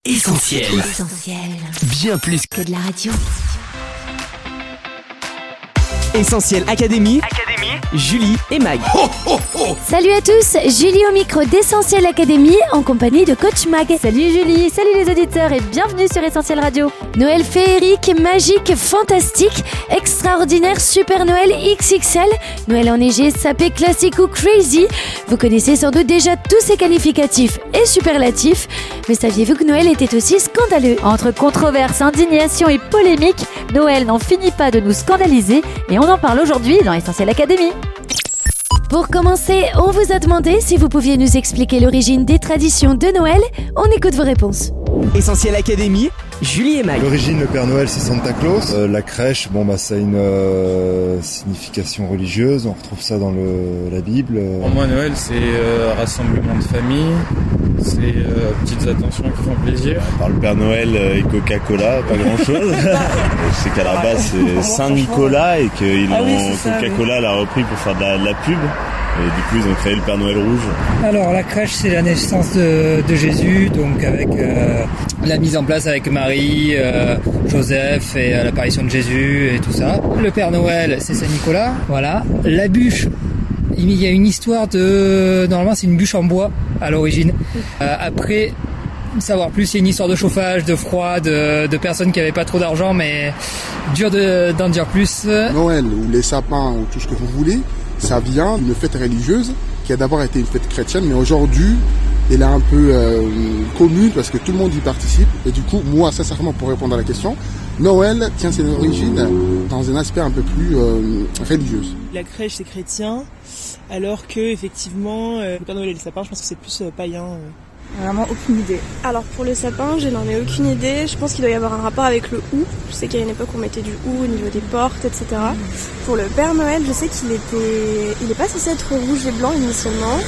Essentiel. Bien plus que de la radio. Essentiel Académie. Julie et Mag. Salut à tous, Julie au micro d'Essentiel Académie en compagnie de Coach Mag. Salut Julie, salut les auditeurs et bienvenue sur Essentiel Radio. Noël féerique, magique, fantastique, extraordinaire, super Noël XXL, Noël enneigé, sapé, classique ou crazy. Vous connaissez sans doute déjà tous ces qualificatifs et superlatifs, mais saviez-vous que Noël était aussi scandaleux ? Entre controverses, indignation et polémiques, Noël n'en finit pas de nous scandaliser et on en parle aujourd'hui dans Essentiel Académie. Pour commencer, on vous a demandé si vous pouviez nous expliquer l'origine des traditions de Noël. On écoute vos réponses. Essentiel Académie, Julie et Mag. L'origine, le Père Noël, c'est Santa Claus. La crèche, ça a une signification religieuse. On retrouve ça dans la Bible. Pour moi, Noël, c'est rassemblement de famille. C'est petites attentions qui font plaisir. Par le Père Noël et Coca-Cola, pas grand-chose. Je sais qu'à la base, c'est Saint-Nicolas et que Coca-Cola l'a repris pour faire de la pub. Et du coup, ils ont créé le Père Noël rouge. Alors, la crèche, c'est la naissance de Jésus, donc avec la mise en place avec Marie, Joseph et l'apparition de Jésus et tout ça. Le Père Noël, c'est Saint-Nicolas, voilà. La bûche, il y a une histoire normalement, c'est une bûche en bois à l'origine. Après, savoir plus, c'est une histoire de chauffage, de froid, de personnes qui n'avaient pas trop d'argent, mais dur d'en dire plus. Noël, ou les sapins, ou tout ce que vous voulez, ça vient d'une fête religieuse qui a d'abord été une fête chrétienne, mais aujourd'hui, elle est un peu commune parce que tout le monde y participe. Et du coup, moi, sincèrement, pour répondre à la question, Noël tient ses origines dans un aspect un peu plus religieuse. La crèche, c'est chrétien, alors que effectivement, le Père Noël et le sapin, je pense que c'est plus païen. Vraiment aucune idée. Alors pour le sapin, je n'en ai aucune idée. Je pense qu'il doit y avoir un rapport avec le hou. Je sais qu'il y a une époque où on mettait du hou au niveau des portes, etc. Pour le Père Noël, je sais qu'il est pas censé être rouge et blanc initialement.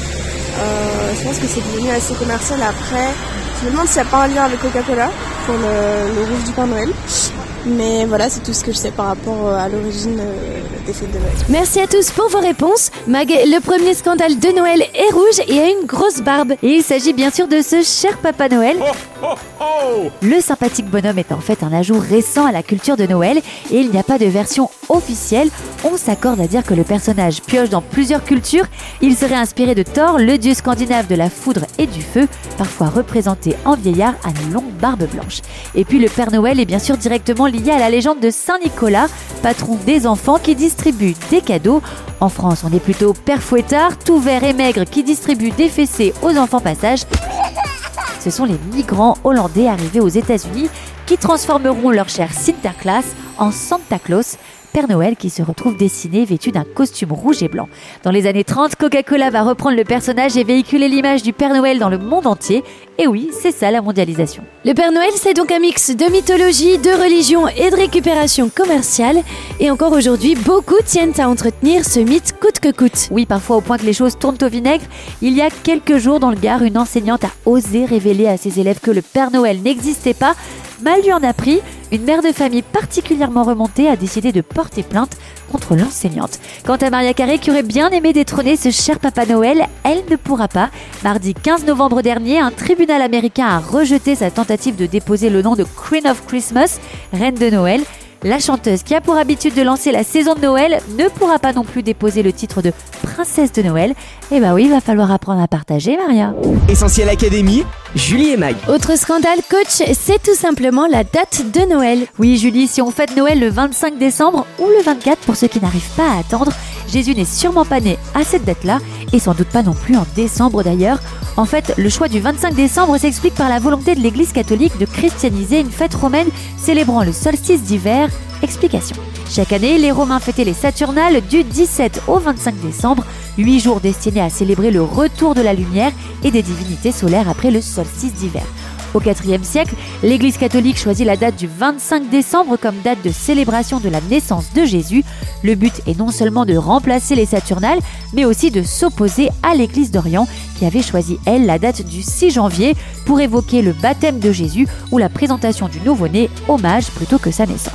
Je pense que c'est devenu assez commercial après. Je me demande s'il n'y a pas un lien avec Coca-Cola pour le rouge du Père Noël. Mais voilà, c'est tout ce que je sais par rapport à l'origine des fêtes de Noël. Merci à tous pour vos réponses. Mag, le premier scandale de Noël est rouge et a une grosse barbe. Et il s'agit bien sûr de ce cher Papa Noël. Le sympathique bonhomme est en fait un ajout récent à la culture de Noël et il n'y a pas de version officielle. On s'accorde à dire que le personnage pioche dans plusieurs cultures. Il serait inspiré de Thor, le dieu scandinave de la foudre et du feu, parfois représenté en vieillard à une longue barbe blanche. Et puis le Père Noël est bien sûr directement lié à la légende de Saint-Nicolas, patron des enfants qui distribue des cadeaux. En France, on est plutôt Père Fouettard, tout vert et maigre qui distribue des fessées aux enfants passage. Ce sont les migrants hollandais arrivés aux États-Unis qui transformeront leur cher Sinterklaas en Santa Claus, Père Noël qui se retrouve dessiné vêtu d'un costume rouge et blanc. Dans les années 30, Coca-Cola va reprendre le personnage et véhiculer l'image du Père Noël dans le monde entier. Et oui, c'est ça la mondialisation. Le Père Noël, c'est donc un mix de mythologie, de religion et de récupération commerciale. Et encore aujourd'hui, beaucoup tiennent à entretenir ce mythe coûte que coûte. Oui, parfois au point que les choses tournent au vinaigre. Il y a quelques jours dans le Gard, une enseignante a osé révéler à ses élèves que le Père Noël n'existait pas. Mal lui en a pris, une mère de famille particulièrement remontée a décidé de porter plainte contre l'enseignante. Quant à Maria Carré qui aurait bien aimé détrôner ce cher Papa Noël, elle ne pourra pas. Mardi 15 novembre dernier, un tribunal américain a rejeté sa tentative de déposer le nom de Queen of Christmas, reine de Noël. La chanteuse qui a pour habitude de lancer la saison de Noël ne pourra pas non plus déposer le titre de princesse de Noël. Eh bah oui, il va falloir apprendre à partager, Maria. Essentiel Académie, Julie et Mag. Autre scandale, coach, c'est tout simplement la date de Noël. Oui, Julie, si on fête Noël le 25 décembre ou le 24 pour ceux qui n'arrivent pas à attendre, Jésus n'est sûrement pas né à cette date-là et sans doute pas non plus en décembre d'ailleurs. En fait, le choix du 25 décembre s'explique par la volonté de l'Église catholique de christianiser une fête romaine célébrant le solstice d'hiver. Explication. Chaque année, les Romains fêtaient les Saturnales du 17 au 25 décembre, 8 jours destinés à célébrer le retour de la lumière et des divinités solaires après le solstice d'hiver. Au IVe siècle, l'Église catholique choisit la date du 25 décembre comme date de célébration de la naissance de Jésus. Le but est non seulement de remplacer les Saturnales, mais aussi de s'opposer à l'Église d'Orient, qui avait choisi, elle, la date du 6 janvier pour évoquer le baptême de Jésus ou la présentation du nouveau-né, hommage plutôt que sa naissance.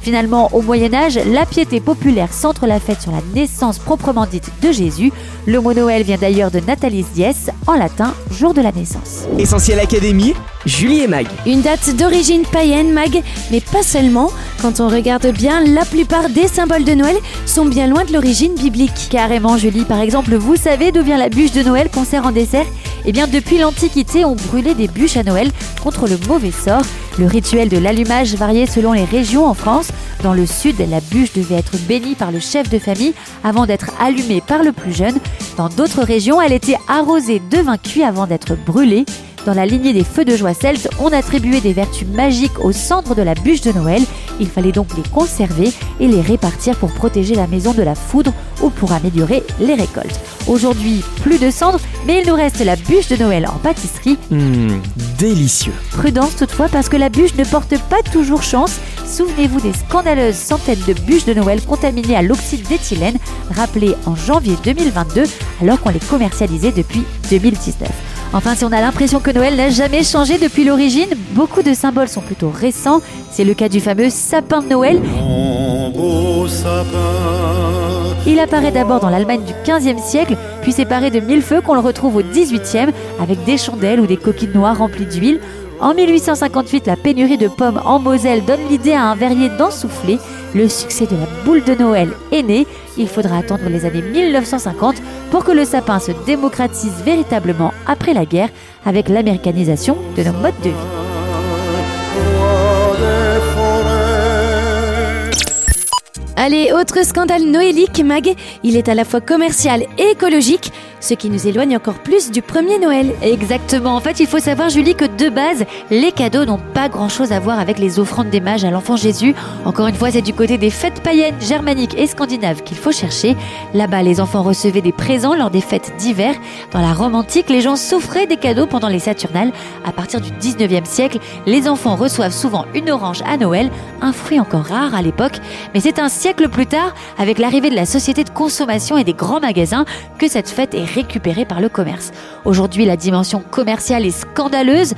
Finalement, au Moyen-Âge, la piété populaire centre la fête sur la naissance proprement dite de Jésus. Le mot Noël vient d'ailleurs de Natalis Dies, en latin, jour de la naissance. Essentiel Académie, Julie et Mag. Une date d'origine païenne, Mag, mais pas seulement. Quand on regarde bien, la plupart des symboles de Noël sont bien loin de l'origine biblique. Carrément, Julie. Par exemple, vous savez d'où vient la bûche de Noël qu'on sert en dessert ? Eh bien, depuis l'Antiquité, on brûlait des bûches à Noël contre le mauvais sort. Le rituel de l'allumage variait selon les régions en France. Dans le sud, la bûche devait être bénie par le chef de famille avant d'être allumée par le plus jeune. Dans d'autres régions, elle était arrosée de vin cuit avant d'être brûlée. Dans la lignée des feux de joie celtes, on attribuait des vertus magiques au centre de la bûche de Noël. Il fallait donc les conserver et les répartir pour protéger la maison de la foudre ou pour améliorer les récoltes. Aujourd'hui, plus de cendres, mais il nous reste la bûche de Noël en pâtisserie. Délicieux. Prudence toutefois, parce que la bûche ne porte pas toujours chance. Souvenez-vous des scandaleuses centaines de bûches de Noël contaminées à l'oxyde d'éthylène, rappelées en janvier 2022, alors qu'on les commercialisait depuis 2019. Enfin, si on a l'impression que Noël n'a jamais changé depuis l'origine, beaucoup de symboles sont plutôt récents. C'est le cas du fameux sapin de Noël. Il apparaît d'abord dans l'Allemagne du XVe siècle, puis séparé de millefeuilles qu'on le retrouve au XVIIIe, avec des chandelles ou des coquilles noires remplies d'huile. En 1858, la pénurie de pommes en Moselle donne l'idée à un verrier d'en souffler. Le succès de la boule de Noël est né. Il faudra attendre les années 1950 pour que le sapin se démocratise véritablement après la guerre, avec l'américanisation de nos modes de vie. Allez, autre scandale noélique, Mag. Il est à la fois commercial et écologique, ce qui nous éloigne encore plus du premier Noël. Exactement. En fait, il faut savoir, Julie, que de base, les cadeaux n'ont pas grand-chose à voir avec les offrandes des mages à l'enfant Jésus. Encore une fois, c'est du côté des fêtes païennes, germaniques et scandinaves qu'il faut chercher. Là-bas, les enfants recevaient des présents lors des fêtes d'hiver. Dans la Rome antique, les gens s'offraient des cadeaux pendant les Saturnales. À partir du 19e siècle, les enfants reçoivent souvent une orange à Noël, un fruit encore rare à l'époque. Mais c'est un siècle plus tard, avec l'arrivée de la société de consommation et des grands magasins, que cette fête est récupérée par le commerce. Aujourd'hui, la dimension commerciale est scandaleuse.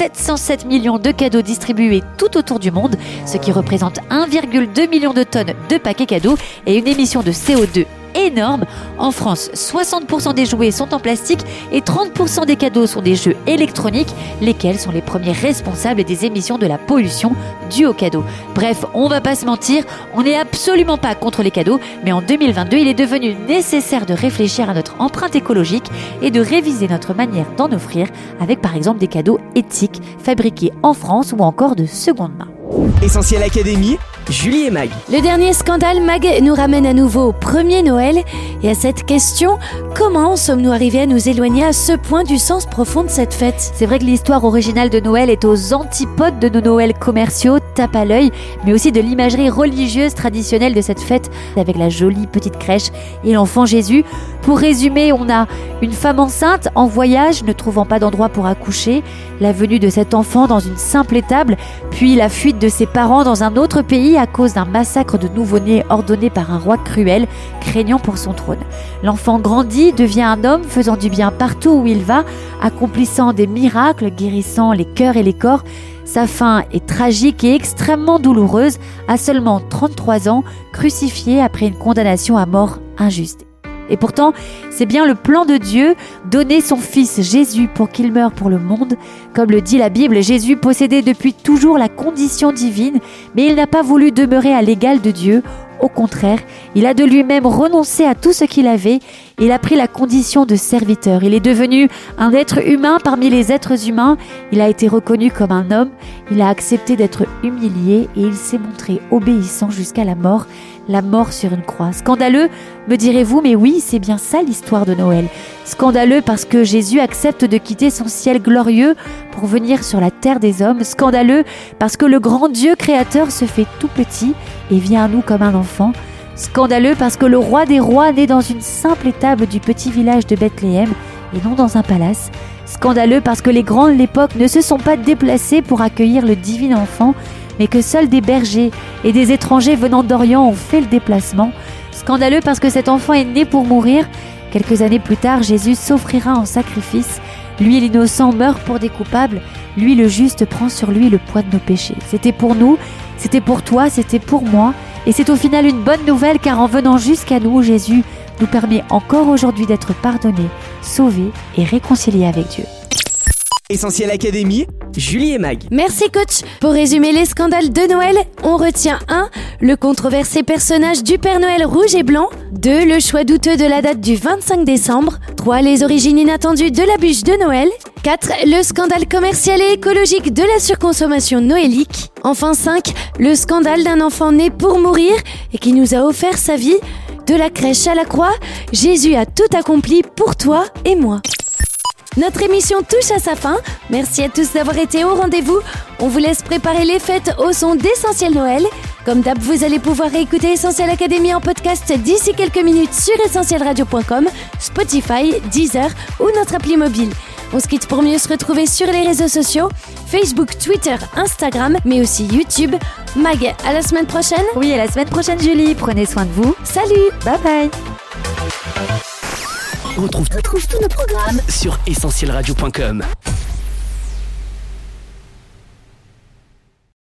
707 millions de cadeaux distribués tout autour du monde, ce qui représente 1,2 million de tonnes de paquets cadeaux et une émission de CO2 énorme. En France, 60% des jouets sont en plastique et 30% des cadeaux sont des jeux électroniques, lesquels sont les premiers responsables des émissions de la pollution due aux cadeaux. Bref, on va pas se mentir, on n'est absolument pas contre les cadeaux, mais en 2022, il est devenu nécessaire de réfléchir à notre empreinte écologique et de réviser notre manière d'en offrir avec par exemple des cadeaux éthiques, fabriqués en France ou encore de seconde main. Essentiel Académie, Julie et Mag. Le dernier scandale, Mag, nous ramène à nouveau au premier Noël et à cette question, comment sommes-nous arrivés à nous éloigner à ce point du sens profond de cette fête ? C'est vrai que l'histoire originale de Noël est aux antipodes de nos Noëls commerciaux, tape à l'œil, mais aussi de l'imagerie religieuse traditionnelle de cette fête, avec la jolie petite crèche et l'enfant Jésus. Pour résumer, on a une femme enceinte en voyage, ne trouvant pas d'endroit pour accoucher, la venue de cet enfant dans une simple étable, puis la fuite de ses parents dans un autre pays à cause d'un massacre de nouveau-nés ordonné par un roi cruel, craignant pour son trône. L'enfant grandit, devient un homme, faisant du bien partout où il va, accomplissant des miracles, guérissant les cœurs et les corps. Sa fin est tragique et extrêmement douloureuse, à seulement 33 ans, crucifié après une condamnation à mort injuste. Et pourtant, c'est bien le plan de Dieu, donner son fils Jésus pour qu'il meure pour le monde. Comme le dit la Bible, Jésus possédait depuis toujours la condition divine, mais il n'a pas voulu demeurer à l'égal de Dieu. Au contraire, il a de lui-même renoncé à tout ce qu'il avait. Il a pris la condition de serviteur. Il est devenu un être humain parmi les êtres humains. Il a été reconnu comme un homme. Il a accepté d'être humilié et il s'est montré obéissant jusqu'à la mort sur une croix. Scandaleux, me direz-vous, mais oui, c'est bien ça l'histoire de Noël. Scandaleux parce que Jésus accepte de quitter son ciel glorieux pour venir sur la terre des hommes. Scandaleux parce que le grand Dieu créateur se fait tout petit et vient à nous comme un enfant. Scandaleux parce que le roi des rois naît dans une simple étable du petit village de Bethléem et non dans un palace. Scandaleux parce que les grands de l'époque ne se sont pas déplacés pour accueillir le divin enfant, mais que seuls des bergers et des étrangers venant d'Orient ont fait le déplacement. Scandaleux parce que cet enfant est né pour mourir. Quelques années plus tard, Jésus s'offrira en sacrifice. Lui, l'innocent, meurt pour des coupables. Lui, le juste, prend sur lui le poids de nos péchés. C'était pour nous, c'était pour toi, c'était pour moi. Et c'est au final une bonne nouvelle car en venant jusqu'à nous, Jésus nous permet encore aujourd'hui d'être pardonnés, sauvés et réconciliés avec Dieu. Essentiel Académie, Julie et Mag. Merci coach. Pour résumer les scandales de Noël, on retient 1. Le controversé personnage du Père Noël rouge et blanc. 2. Le choix douteux de la date du 25 décembre. 3. Les origines inattendues de la bûche de Noël. 4. Le scandale commercial et écologique de la surconsommation noélique. Enfin 5. Le scandale d'un enfant né pour mourir et qui nous a offert sa vie. De la crèche à la croix, Jésus a tout accompli pour toi et moi. Notre émission touche à sa fin. Merci à tous d'avoir été au rendez-vous. On vous laisse préparer les fêtes au son d'Essentiel Noël. Comme d'hab, vous allez pouvoir réécouter Essentiel Académie en podcast d'ici quelques minutes sur essentielradio.com, Spotify, Deezer ou notre appli mobile. On se quitte pour mieux se retrouver sur les réseaux sociaux, Facebook, Twitter, Instagram, mais aussi YouTube. Mag, à la semaine prochaine. Oui, à la semaine prochaine Julie. Prenez soin de vous. Salut. Bye bye. On retrouve tous nos programmes sur essentielradio.com.